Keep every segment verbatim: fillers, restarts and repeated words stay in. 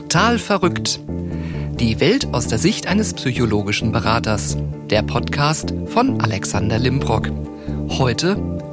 Total verrückt. Die Welt aus der Sicht eines psychologischen Beraters. Der Podcast von Alexander Limbrock. Heute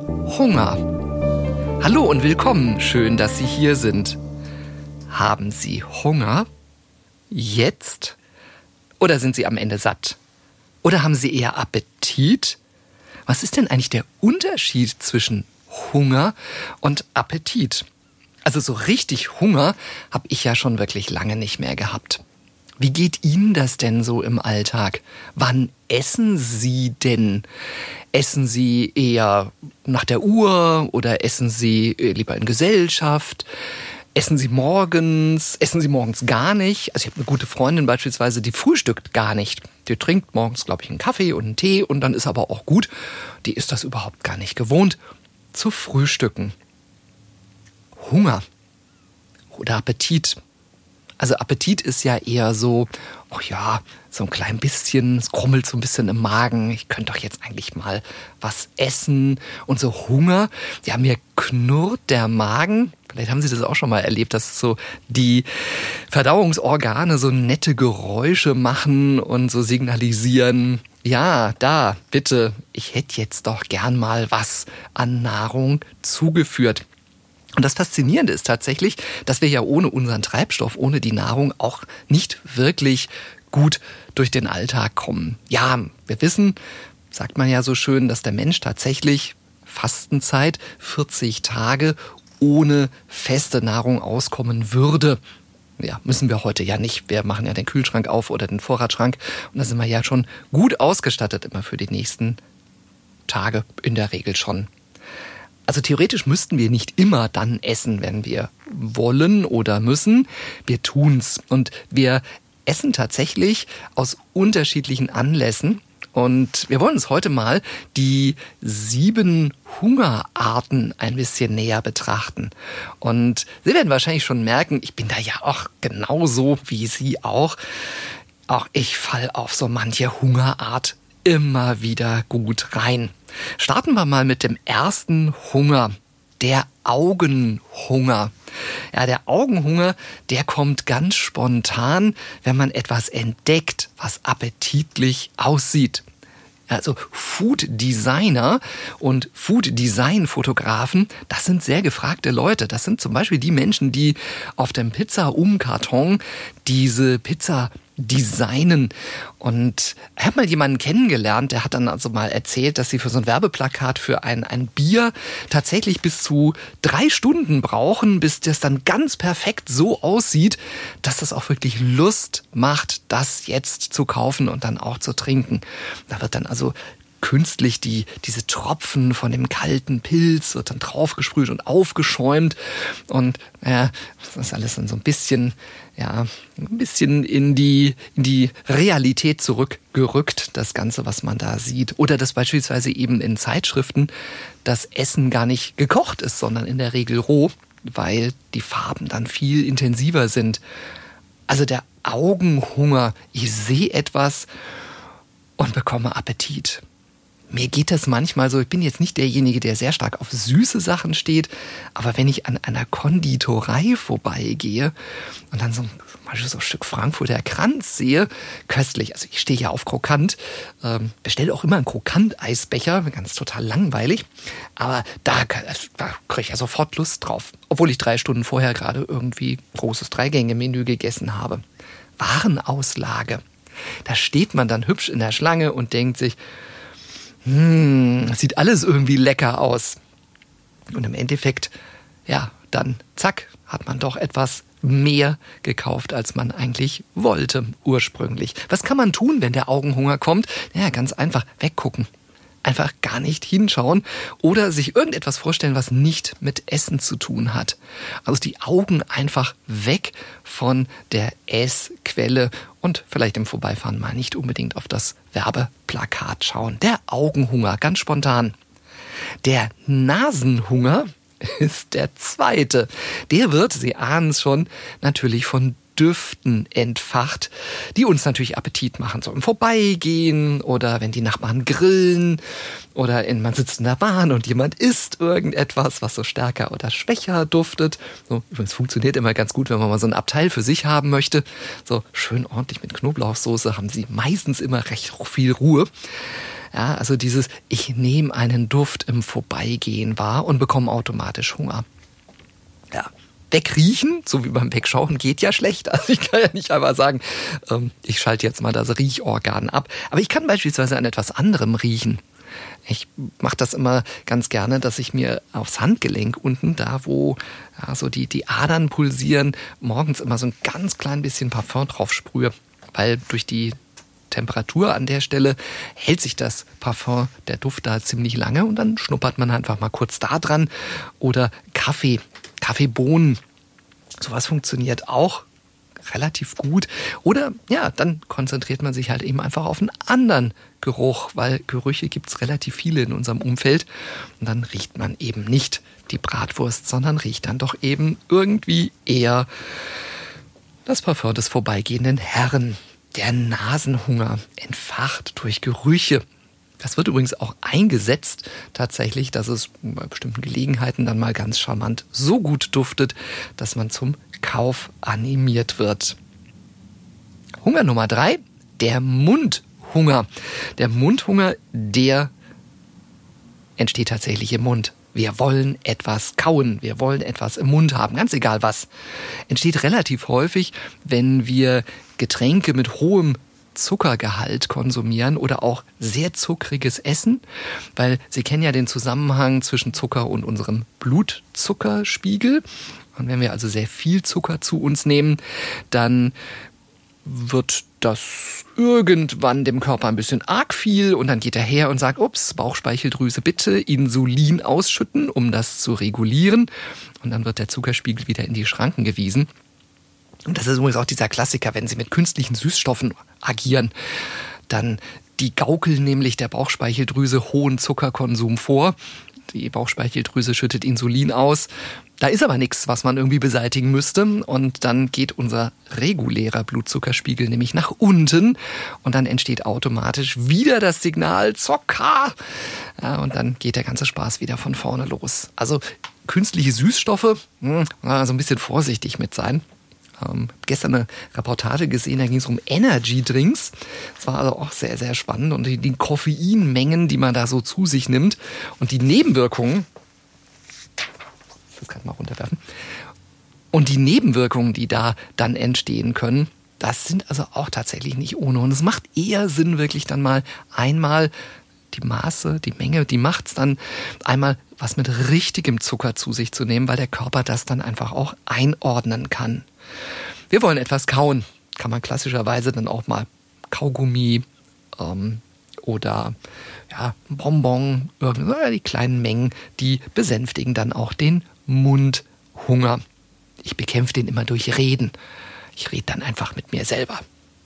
Hunger. Hallo und willkommen. Schön, dass Sie hier sind. Haben Sie Hunger? Jetzt? Oder sind Sie am Ende satt? Oder haben Sie eher Appetit? Was ist denn eigentlich der Unterschied zwischen Hunger und Appetit? Also so richtig Hunger habe ich ja schon wirklich lange nicht mehr gehabt. Wie geht Ihnen das denn so im Alltag? Wann essen Sie denn? Essen Sie eher nach der Uhr oder essen Sie lieber in Gesellschaft? Essen Sie morgens? Essen Sie morgens gar nicht? Also ich habe eine gute Freundin beispielsweise, die frühstückt gar nicht. Die trinkt morgens, glaube ich, einen Kaffee und einen Tee und dann ist aber auch gut. Die ist das überhaupt gar nicht gewohnt, zu frühstücken. Hunger oder Appetit. Also Appetit ist ja eher so, oh ja, so ein klein bisschen, es krummelt so ein bisschen im Magen. Ich könnte doch jetzt eigentlich mal was essen. Und so Hunger, ja, mir knurrt der Magen. Vielleicht haben Sie das auch schon mal erlebt, dass so die Verdauungsorgane so nette Geräusche machen und so signalisieren, ja, da, bitte, ich hätte jetzt doch gern mal was an Nahrung zugeführt. Und das Faszinierende ist tatsächlich, dass wir ja ohne unseren Treibstoff, ohne die Nahrung auch nicht wirklich gut durch den Alltag kommen. Ja, wir wissen, sagt man ja so schön, dass der Mensch tatsächlich Fastenzeit vierzig Tage ohne feste Nahrung auskommen würde. Ja, müssen wir heute ja nicht. Wir machen ja den Kühlschrank auf oder den Vorratsschrank und da sind wir ja schon gut ausgestattet immer für die nächsten Tage, in der Regel schon. Also theoretisch müssten wir nicht immer dann essen, wenn wir wollen oder müssen. Wir tun's und wir essen tatsächlich aus unterschiedlichen Anlässen. Und wir wollen uns heute mal die sieben Hungerarten ein bisschen näher betrachten. Und Sie werden wahrscheinlich schon merken, ich bin da ja auch genauso wie Sie auch. Auch ich falle auf so manche Hungerart immer wieder gut rein. Starten wir mal mit dem ersten Hunger, der Augenhunger. Ja, der Augenhunger, der kommt ganz spontan, wenn man etwas entdeckt, was appetitlich aussieht. Also Food Designer und Food Design Fotografen, das sind sehr gefragte Leute. Das sind zum Beispiel die Menschen, die auf dem Pizza-Umkarton diese Pizza designen. Und ich habe mal jemanden kennengelernt, der hat dann also mal erzählt, dass sie für so ein Werbeplakat für ein, ein Bier tatsächlich bis zu drei Stunden brauchen, bis das dann ganz perfekt so aussieht, dass das auch wirklich Lust macht, das jetzt zu kaufen und dann auch zu trinken. Da wird dann also künstlich die, diese Tropfen von dem kalten Pilz wird dann draufgesprüht und aufgeschäumt und ja, das ist alles dann so ein bisschen, ja, ein bisschen in die, in die Realität zurückgerückt, das Ganze, was man da sieht. Oder dass beispielsweise eben in Zeitschriften das Essen gar nicht gekocht ist, sondern in der Regel roh, weil die Farben dann viel intensiver sind. Also der Augenhunger, ich sehe etwas und bekomme Appetit. Mir geht das manchmal so, ich bin jetzt nicht derjenige, der sehr stark auf süße Sachen steht, aber wenn ich an einer Konditorei vorbeigehe und dann so zum Beispiel so ein Stück Frankfurter Kranz sehe, köstlich, also ich stehe ja auf Krokant, ähm, bestelle auch immer einen Krokant-Eisbecher, ganz total langweilig, aber da, da kriege ich ja sofort Lust drauf, obwohl ich drei Stunden vorher gerade irgendwie großes Dreigänge-Menü gegessen habe. Warenauslage, da steht man dann hübsch in der Schlange und denkt sich, Hm, sieht alles irgendwie lecker aus. Und im Endeffekt, ja, dann zack, hat man doch etwas mehr gekauft, als man eigentlich wollte ursprünglich. Was kann man tun, wenn der Augenhunger kommt? Ja, ganz einfach, weggucken. Einfach gar nicht hinschauen oder sich irgendetwas vorstellen, was nicht mit Essen zu tun hat. Also die Augen einfach weg von der Essquelle und vielleicht im Vorbeifahren mal nicht unbedingt auf das Werbeplakat schauen. Der Augenhunger, ganz spontan. Der Nasenhunger ist der zweite. Der wird, Sie ahnen es schon, natürlich von Düften entfacht, die uns natürlich Appetit machen. So im Vorbeigehen oder wenn die Nachbarn grillen oder in, man sitzt in der Bahn und jemand isst irgendetwas, was so stärker oder schwächer duftet. So, übrigens funktioniert immer ganz gut, wenn man mal so ein Abteil für sich haben möchte. So schön ordentlich mit Knoblauchsoße haben sie meistens immer recht viel Ruhe. Ja, also dieses, ich nehme einen Duft im Vorbeigehen wahr und bekomme automatisch Hunger. Ja. Wegriechen, so wie beim Wegschauen, geht ja schlecht. Also ich kann ja nicht einfach sagen, ähm, ich schalte jetzt mal das Riechorgan ab. Aber ich kann beispielsweise an etwas anderem riechen. Ich mache das immer ganz gerne, dass ich mir aufs Handgelenk unten, da wo ja, so die, die Adern pulsieren, morgens immer so ein ganz klein bisschen Parfum drauf sprühe. Weil durch die Temperatur an der Stelle hält sich das Parfum, der Duft da ziemlich lange und dann schnuppert man einfach mal kurz da dran. Oder Kaffee. Kaffeebohnen, sowas funktioniert auch relativ gut. Oder ja, dann konzentriert man sich halt eben einfach auf einen anderen Geruch, weil Gerüche gibt es relativ viele in unserem Umfeld. Und dann riecht man eben nicht die Bratwurst, sondern riecht dann doch eben irgendwie eher das Parfum des vorbeigehenden Herrn. Der Nasenhunger, entfacht durch Gerüche. Das wird übrigens auch eingesetzt, tatsächlich, dass es bei bestimmten Gelegenheiten dann mal ganz charmant so gut duftet, dass man zum Kauf animiert wird. Hunger Nummer drei, der Mundhunger. Der Mundhunger, der entsteht tatsächlich im Mund. Wir wollen etwas kauen, wir wollen etwas im Mund haben, ganz egal was. Entsteht relativ häufig, wenn wir Getränke mit hohem Zuckergehalt konsumieren oder auch sehr zuckriges Essen, weil Sie kennen ja den Zusammenhang zwischen Zucker und unserem Blutzuckerspiegel. Und wenn wir also sehr viel Zucker zu uns nehmen, dann wird das irgendwann dem Körper ein bisschen arg viel und dann geht er her und sagt, ups, Bauchspeicheldrüse, bitte Insulin ausschütten, um das zu regulieren. Und dann wird der Zuckerspiegel wieder in die Schranken gewiesen. Und das ist übrigens auch dieser Klassiker, wenn Sie mit künstlichen Süßstoffen agieren, dann die gaukeln nämlich der Bauchspeicheldrüse hohen Zuckerkonsum vor. Die Bauchspeicheldrüse schüttet Insulin aus. Da ist aber nichts, was man irgendwie beseitigen müsste. Und dann geht unser regulärer Blutzuckerspiegel nämlich nach unten. Und dann entsteht automatisch wieder das Signal Zucker. Ja, und dann geht der ganze Spaß wieder von vorne los. Also künstliche Süßstoffe, hm, so ein bisschen vorsichtig mit sein. Ähm, gestern eine Reportage gesehen, da ging es um Energy-Drinks. Das war also auch sehr, sehr spannend. Und die, die Koffeinmengen, die man da so zu sich nimmt und die Nebenwirkungen, das kann ich mal runterwerfen, und die Nebenwirkungen, die da dann entstehen können, das sind also auch tatsächlich nicht ohne. Und es macht eher Sinn, wirklich dann mal einmal die Maße, die Menge, die macht's dann einmal was mit richtigem Zucker zu sich zu nehmen, weil der Körper das dann einfach auch einordnen kann. Wir wollen etwas kauen. Kann man klassischerweise dann auch mal Kaugummi ähm, oder ja, Bonbon, irgendwie, die kleinen Mengen, die besänftigen dann auch den Mundhunger. Ich bekämpfe den immer durch Reden. Ich rede dann einfach mit mir selber.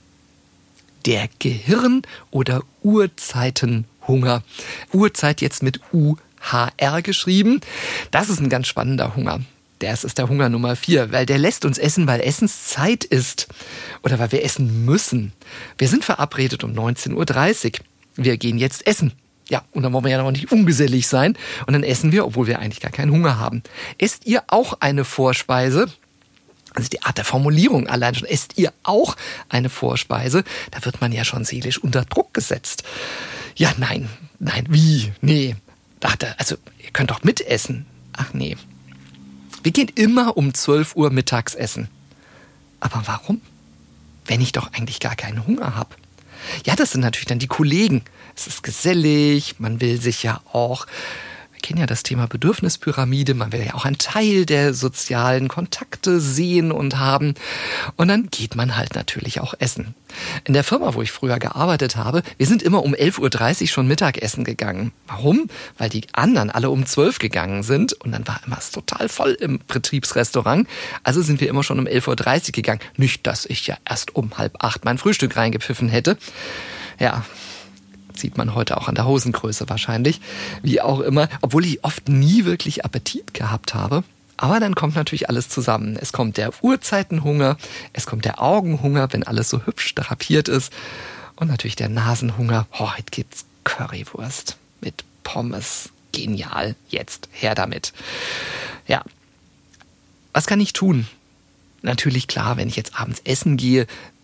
Der Gehirn- oder Uhrzeitenhunger. Uhrzeit jetzt mit U H R geschrieben. Das ist ein ganz spannender Hunger. Das ist der Hunger Nummer vier, weil der lässt uns essen, weil Essenszeit ist. Oder weil wir essen müssen. Wir sind verabredet um neunzehn Uhr dreißig. Wir gehen jetzt essen. Ja, und dann wollen wir ja noch nicht ungesellig sein. Und dann essen wir, obwohl wir eigentlich gar keinen Hunger haben. Esst ihr auch eine Vorspeise? Also die Art der Formulierung allein schon. Esst ihr auch eine Vorspeise? Da wird man ja schon seelisch unter Druck gesetzt. Ja, nein, nein, wie? Nee. Dachte, also ihr könnt doch mitessen. Ach nee. Wir gehen immer um zwölf Uhr mittags essen. Aber warum? Wenn ich doch eigentlich gar keinen Hunger habe. Ja, das sind natürlich dann die Kollegen. Es ist gesellig, man will sich ja auch, wir kennen ja das Thema Bedürfnispyramide, man will ja auch einen Teil der sozialen Kontakte sehen und haben. Und dann geht man halt natürlich auch essen. In der Firma, wo ich früher gearbeitet habe, wir sind immer um elf Uhr dreißig schon Mittagessen gegangen. Warum? Weil die anderen alle um zwölf gegangen sind und dann war immer es total voll im Betriebsrestaurant. Also sind wir immer schon um elf Uhr dreißig gegangen. Nicht, dass ich ja erst um halb acht mein Frühstück reingepfiffen hätte. Ja, sieht man heute auch an der Hosengröße wahrscheinlich. Wie auch immer. Obwohl ich oft nie wirklich Appetit gehabt habe. Aber dann kommt natürlich alles zusammen. Es kommt der Uhrzeitenhunger, es kommt der Augenhunger, wenn alles so hübsch drapiert ist. Und natürlich der Nasenhunger. Oh, heute gibt's Currywurst mit Pommes. Genial, jetzt her damit. Ja, was kann ich tun? Natürlich klar, wenn ich jetzt abends essen gehe,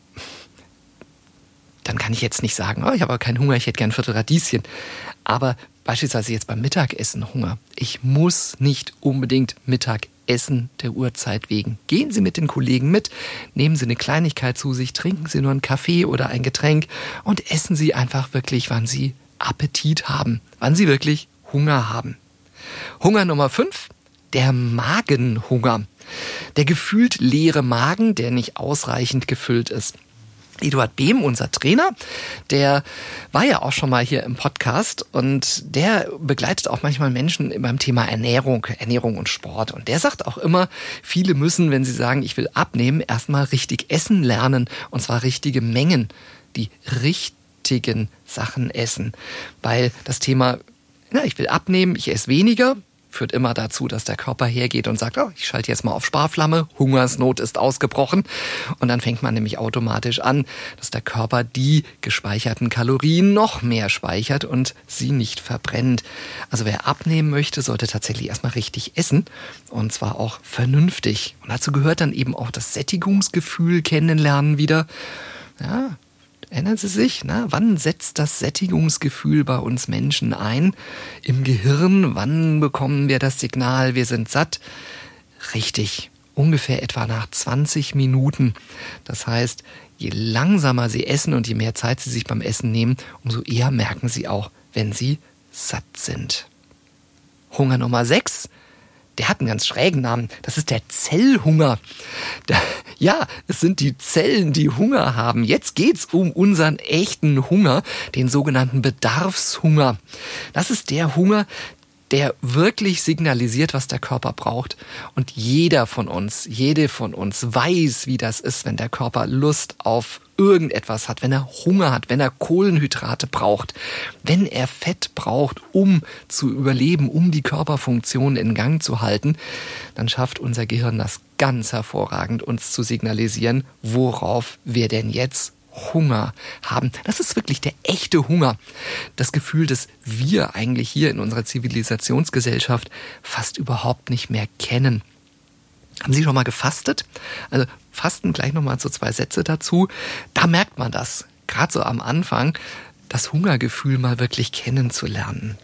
dann kann ich jetzt nicht sagen, oh, ich habe aber keinen Hunger, ich hätte gern ein Viertel Radieschen. Aber beispielsweise jetzt beim Mittagessen Hunger. Ich muss nicht unbedingt Mittag essen der Uhrzeit wegen. Gehen Sie mit den Kollegen mit, nehmen Sie eine Kleinigkeit zu sich, trinken Sie nur einen Kaffee oder ein Getränk und essen Sie einfach wirklich, wann Sie Appetit haben, wann Sie wirklich Hunger haben. Hunger Nummer fünf, der Magenhunger. Der gefühlt leere Magen, der nicht ausreichend gefüllt ist. Eduard Behm, unser Trainer, der war ja auch schon mal hier im Podcast und der begleitet auch manchmal Menschen beim Thema Ernährung, Ernährung und Sport. Und der sagt auch immer, viele müssen, wenn sie sagen, ich will abnehmen, erstmal richtig essen lernen und zwar richtige Mengen, die richtigen Sachen essen. Weil das Thema, na, ich will abnehmen, ich esse weniger, führt immer dazu, dass der Körper hergeht und sagt, oh, ich schalte jetzt mal auf Sparflamme, Hungersnot ist ausgebrochen. Und dann fängt man nämlich automatisch an, dass der Körper die gespeicherten Kalorien noch mehr speichert und sie nicht verbrennt. Also wer abnehmen möchte, sollte tatsächlich erstmal richtig essen und zwar auch vernünftig. Und dazu gehört dann eben auch das Sättigungsgefühl kennenlernen wieder. Ja, erinnern Sie sich, na, wann setzt das Sättigungsgefühl bei uns Menschen ein? Im Gehirn, wann bekommen wir das Signal, wir sind satt? Richtig, ungefähr etwa nach zwanzig Minuten. Das heißt, je langsamer Sie essen und je mehr Zeit Sie sich beim Essen nehmen, umso eher merken Sie auch, wenn Sie satt sind. Hunger Nummer sechs. Der hat einen ganz schrägen Namen. Das ist der Zellhunger. Der, ja, es sind die Zellen, die Hunger haben. Jetzt geht's um unseren echten Hunger, den sogenannten Bedarfshunger. Das ist der Hunger, der wirklich signalisiert, was der Körper braucht. Und jeder von uns, jede von uns weiß, wie das ist, wenn der Körper Lust auf irgendetwas hat, wenn er Hunger hat, wenn er Kohlenhydrate braucht, wenn er Fett braucht, um zu überleben, um die Körperfunktion in Gang zu halten, dann schafft unser Gehirn das ganz hervorragend, uns zu signalisieren, worauf wir denn jetzt Hunger haben. Das ist wirklich der echte Hunger. Das Gefühl, das wir eigentlich hier in unserer Zivilisationsgesellschaft fast überhaupt nicht mehr kennen. Haben Sie schon mal gefastet? Also Fasten, gleich nochmal so zwei Sätze dazu. Da merkt man das, gerade so am Anfang, das Hungergefühl mal wirklich kennenzulernen.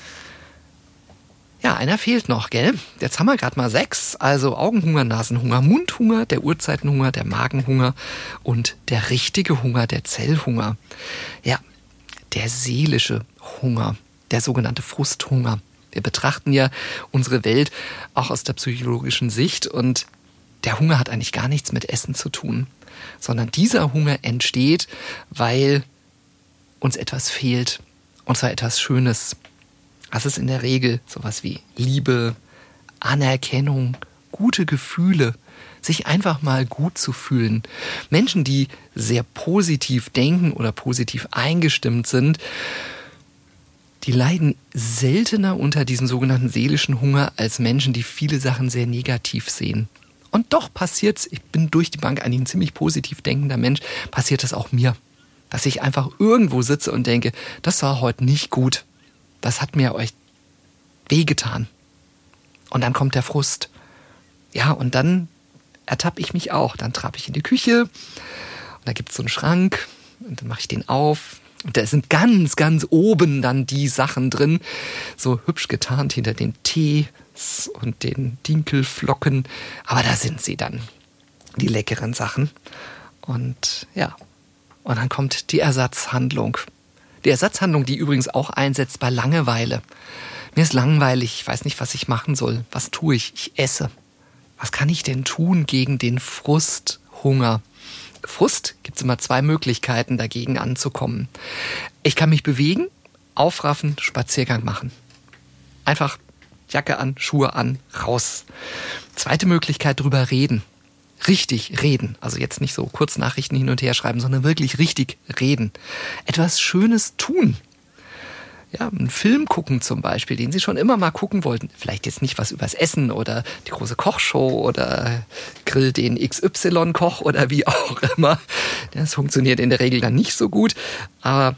Ja, einer fehlt noch, gell? Jetzt haben wir gerade mal sechs. Also Augenhunger, Nasenhunger, Mundhunger, der Uhrzeitenhunger, der Magenhunger und der richtige Hunger, der Zellhunger. Ja, der seelische Hunger, der sogenannte Frusthunger. Wir betrachten ja unsere Welt auch aus der psychologischen Sicht und der Hunger hat eigentlich gar nichts mit Essen zu tun, sondern dieser Hunger entsteht, weil uns etwas fehlt, und zwar etwas Schönes. Das ist in der Regel sowas wie Liebe, Anerkennung, gute Gefühle, sich einfach mal gut zu fühlen. Menschen, die sehr positiv denken oder positiv eingestimmt sind, die leiden seltener unter diesem sogenannten seelischen Hunger als Menschen, die viele Sachen sehr negativ sehen. Und doch passiert's, ich bin durch die Bank eigentlich ein ziemlich positiv denkender Mensch, passiert das auch mir. Dass ich einfach irgendwo sitze und denke, das war heute nicht gut. Das hat mir euch wehgetan. Und dann kommt der Frust. Ja, und dann ertappe ich mich auch. Dann trabe ich in die Küche und da gibt es so einen Schrank und dann mache ich den auf. Und da sind ganz, ganz oben dann die Sachen drin, so hübsch getarnt hinter den Tees und den Dinkelflocken. Aber da sind sie dann, die leckeren Sachen. Und ja, und dann kommt die Ersatzhandlung. Die Ersatzhandlung, die übrigens auch einsetzt bei Langeweile. Mir ist langweilig, ich weiß nicht, was ich machen soll. Was tue ich? Ich esse. Was kann ich denn tun gegen den Frusthunger? Frust gibt es immer zwei Möglichkeiten, dagegen anzukommen. Ich kann mich bewegen, aufraffen, Spaziergang machen. Einfach Jacke an, Schuhe an, raus. Zweite Möglichkeit, drüber reden. Richtig reden. Also jetzt nicht so Kurznachrichten hin und her schreiben, sondern wirklich richtig reden. Etwas Schönes tun. Ja, einen Film gucken zum Beispiel, den Sie schon immer mal gucken wollten. Vielleicht jetzt nicht was übers Essen oder die große Kochshow oder Grill den X Y-Koch oder wie auch immer. Das funktioniert in der Regel dann nicht so gut. Aber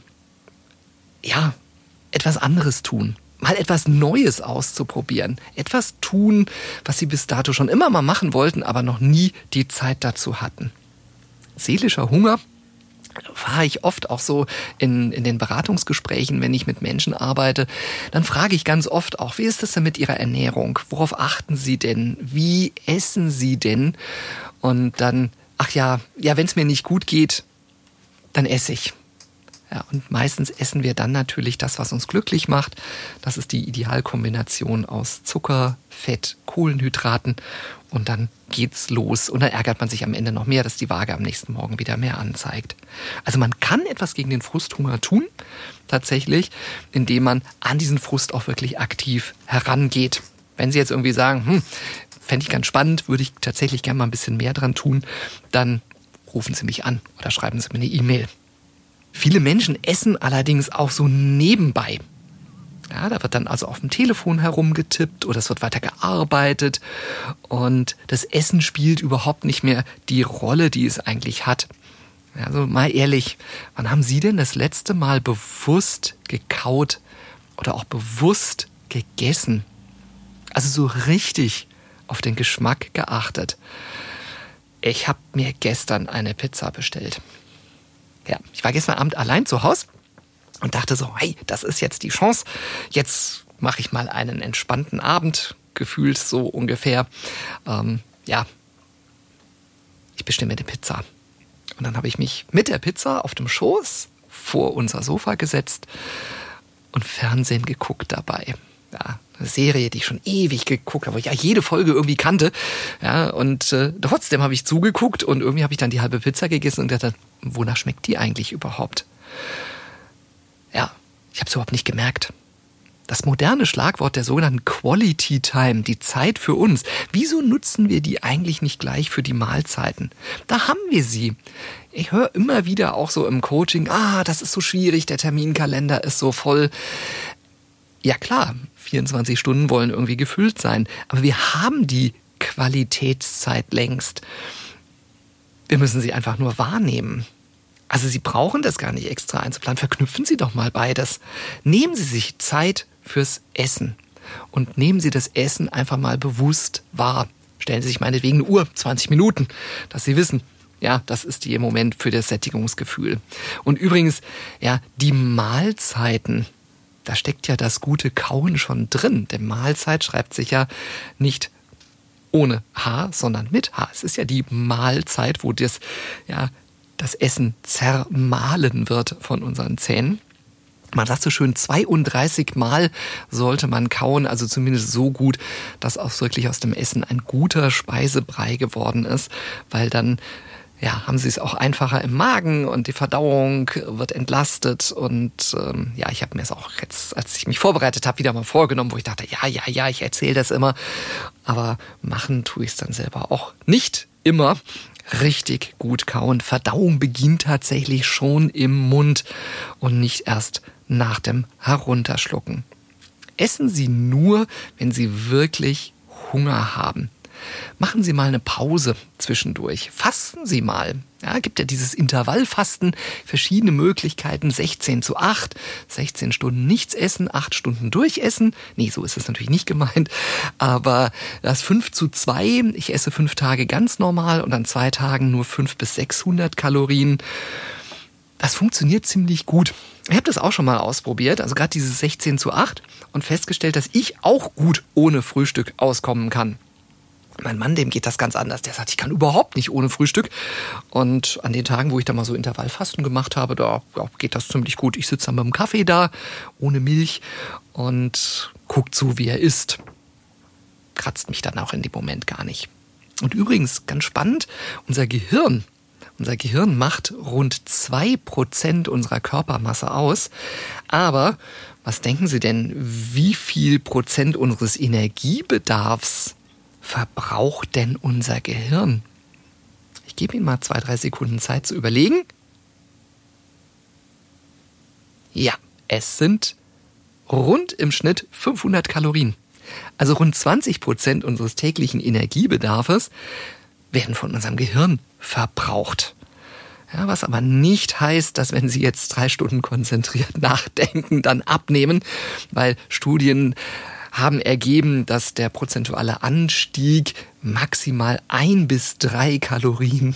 ja, etwas anderes tun. Mal etwas Neues auszuprobieren. Etwas tun, was Sie bis dato schon immer mal machen wollten, aber noch nie die Zeit dazu hatten. Seelischer Hunger fahre ich oft auch so in, in den Beratungsgesprächen, wenn ich mit Menschen arbeite, dann frage ich ganz oft auch, wie ist das denn mit Ihrer Ernährung? Worauf achten Sie denn? Wie essen Sie denn? Und dann, ach ja, ja, wenn es mir nicht gut geht, dann esse ich. Ja, und meistens essen wir dann natürlich das, was uns glücklich macht. Das ist die Idealkombination aus Zucker, Fett, Kohlenhydraten. Und dann geht's los. Und dann ärgert man sich am Ende noch mehr, dass die Waage am nächsten Morgen wieder mehr anzeigt. Also man kann etwas gegen den Frusthunger tun, tatsächlich, indem man an diesen Frust auch wirklich aktiv herangeht. Wenn Sie jetzt irgendwie sagen, hm, fände ich ganz spannend, würde ich tatsächlich gerne mal ein bisschen mehr dran tun, dann rufen Sie mich an oder schreiben Sie mir eine E-Mail. Viele Menschen essen allerdings auch so nebenbei. Ja, da wird dann also auf dem Telefon herumgetippt oder es wird weiter gearbeitet und das Essen spielt überhaupt nicht mehr die Rolle, die es eigentlich hat. Also mal ehrlich, wann haben Sie denn das letzte Mal bewusst gekaut oder auch bewusst gegessen? Also so richtig auf den Geschmack geachtet. Ich habe mir gestern eine Pizza bestellt. Ja, ich war gestern Abend allein zu Hause und dachte so, hey, das ist jetzt die Chance. Jetzt mache ich mal einen entspannten Abend, gefühlt so ungefähr. Ähm, ja, ich bestelle mir eine Pizza. Und dann habe ich mich mit der Pizza auf dem Schoß vor unser Sofa gesetzt und Fernsehen geguckt dabei. Ja, eine Serie, die ich schon ewig geguckt habe, wo ich ja jede Folge irgendwie kannte. Ja, und äh, trotzdem habe ich zugeguckt und irgendwie habe ich dann die halbe Pizza gegessen und dachte, wonach schmeckt die eigentlich überhaupt? Ja, ich habe es überhaupt nicht gemerkt. Das moderne Schlagwort der sogenannten Quality Time, die Zeit für uns. Wieso nutzen wir die eigentlich nicht gleich für die Mahlzeiten? Da haben wir sie. Ich höre immer wieder auch so im Coaching, ah, das ist so schwierig, der Terminkalender ist so voll. Ja klar, vierundzwanzig Stunden wollen irgendwie gefüllt sein, aber wir haben die Qualitätszeit längst. Wir müssen sie einfach nur wahrnehmen. Also Sie brauchen das gar nicht extra einzuplanen. Verknüpfen Sie doch mal beides. Nehmen Sie sich Zeit fürs Essen und nehmen Sie das Essen einfach mal bewusst wahr. Stellen Sie sich meinetwegen eine Uhr, zwanzig Minuten, dass Sie wissen, ja, das ist Ihr Moment für das Sättigungsgefühl. Und übrigens, ja, die Mahlzeiten, da steckt ja das gute Kauen schon drin. Denn Mahlzeit schreibt sich ja nicht ohne H, sondern mit H. Es ist ja die Mahlzeit, wo das, ja, das Essen zermahlen wird von unseren Zähnen. Man sagt so schön, zweiunddreißig Mal sollte man kauen, also zumindest so gut, dass auch wirklich aus dem Essen ein guter Speisebrei geworden ist, weil dann ja, haben Sie es auch einfacher im Magen und die Verdauung wird entlastet. Und ähm, ja, ich habe mir es auch jetzt, als ich mich vorbereitet habe, wieder mal vorgenommen, wo ich dachte, ja, ja, ja, ich erzähle das immer. Aber machen tue ich es dann selber auch nicht immer. Richtig gut kauen. Verdauung beginnt tatsächlich schon im Mund und nicht erst nach dem Herunterschlucken. Essen Sie nur, wenn Sie wirklich Hunger haben. Machen Sie mal eine Pause zwischendurch. Fasten Sie mal. Ja, gibt ja dieses Intervallfasten, verschiedene Möglichkeiten. sechzehn zu acht, sechzehn Stunden nichts essen, acht Stunden durchessen. Nee, so ist es natürlich nicht gemeint. Aber das fünf zu zwei, ich esse fünf Tage ganz normal und an zwei Tagen nur fünfhundert bis sechshundert Kalorien. Das funktioniert ziemlich gut. Ich habe das auch schon mal ausprobiert, also gerade dieses sechzehn zu acht und festgestellt, dass ich auch gut ohne Frühstück auskommen kann. Mein Mann, dem geht das ganz anders. Der sagt, ich kann überhaupt nicht ohne Frühstück. Und an den Tagen, wo ich da mal so Intervallfasten gemacht habe, da ja, geht das ziemlich gut. Ich sitze dann mit dem Kaffee da, ohne Milch und guckt zu, wie er isst. Kratzt mich dann auch in dem Moment gar nicht. Und übrigens, ganz spannend, unser Gehirn, unser Gehirn macht rund zwei Prozent unserer Körpermasse aus. Aber was denken Sie denn, wie viel Prozent unseres Energiebedarfs verbraucht denn unser Gehirn? Ich gebe Ihnen mal zwei, drei Sekunden Zeit zu überlegen. Ja, es sind rund im Schnitt fünfhundert Kalorien. Also rund zwanzig Prozent unseres täglichen Energiebedarfs werden von unserem Gehirn verbraucht. Ja, was aber nicht heißt, dass wenn Sie jetzt drei Stunden konzentriert nachdenken, dann abnehmen, weil Studien haben ergeben, dass der prozentuale Anstieg maximal ein bis drei Kalorien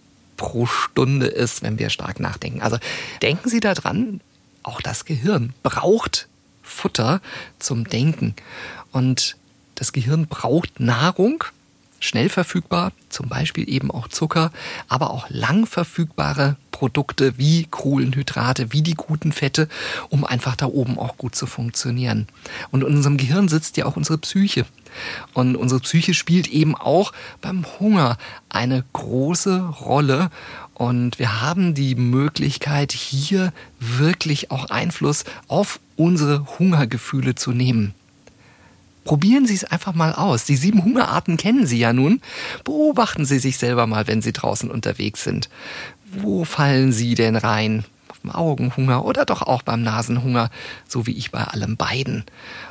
pro Stunde ist, wenn wir stark nachdenken. Also denken Sie daran, auch das Gehirn braucht Futter zum Denken. Und das Gehirn braucht Nahrung, schnell verfügbar, zum Beispiel eben auch Zucker, aber auch lang verfügbare Produkte wie Kohlenhydrate, wie die guten Fette, um einfach da oben auch gut zu funktionieren. Und in unserem Gehirn sitzt ja auch unsere Psyche. Und unsere Psyche spielt eben auch beim Hunger eine große Rolle. Und wir haben die Möglichkeit, hier wirklich auch Einfluss auf unsere Hungergefühle zu nehmen. Probieren Sie es einfach mal aus. Die sieben Hungerarten kennen Sie ja nun. Beobachten Sie sich selber mal, wenn Sie draußen unterwegs sind. Wo fallen Sie denn rein? Beim Augenhunger oder doch auch beim Nasenhunger, so wie ich bei allem beiden.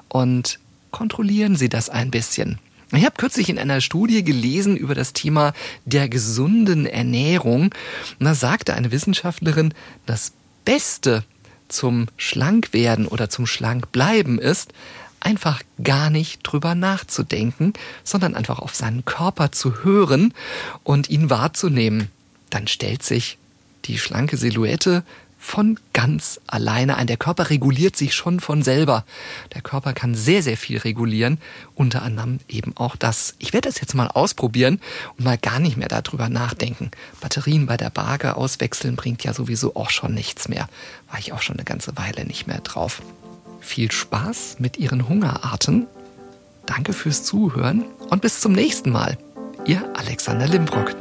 Und kontrollieren Sie das ein bisschen. Ich habe kürzlich in einer Studie gelesen über das Thema der gesunden Ernährung. Und da sagte eine Wissenschaftlerin, das Beste zum Schlankwerden oder zum Schlankbleiben ist, einfach gar nicht drüber nachzudenken, sondern einfach auf seinen Körper zu hören und ihn wahrzunehmen. Dann stellt sich die schlanke Silhouette von ganz alleine ein. Der Körper reguliert sich schon von selber. Der Körper kann sehr, sehr viel regulieren, unter anderem eben auch das. Ich werde das jetzt mal ausprobieren und mal gar nicht mehr darüber nachdenken. Batterien bei der Waage auswechseln bringt ja sowieso auch schon nichts mehr. War ich auch schon eine ganze Weile nicht mehr drauf. Viel Spaß mit Ihren Hungerarten. Danke fürs Zuhören und bis zum nächsten Mal. Ihr Alexander Limbrock.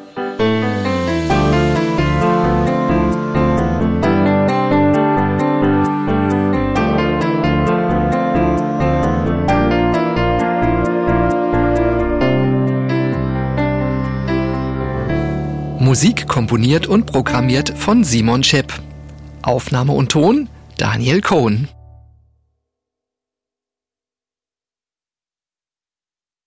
Musik komponiert und programmiert von Simon Schepp. Aufnahme und Ton Daniel Cohn.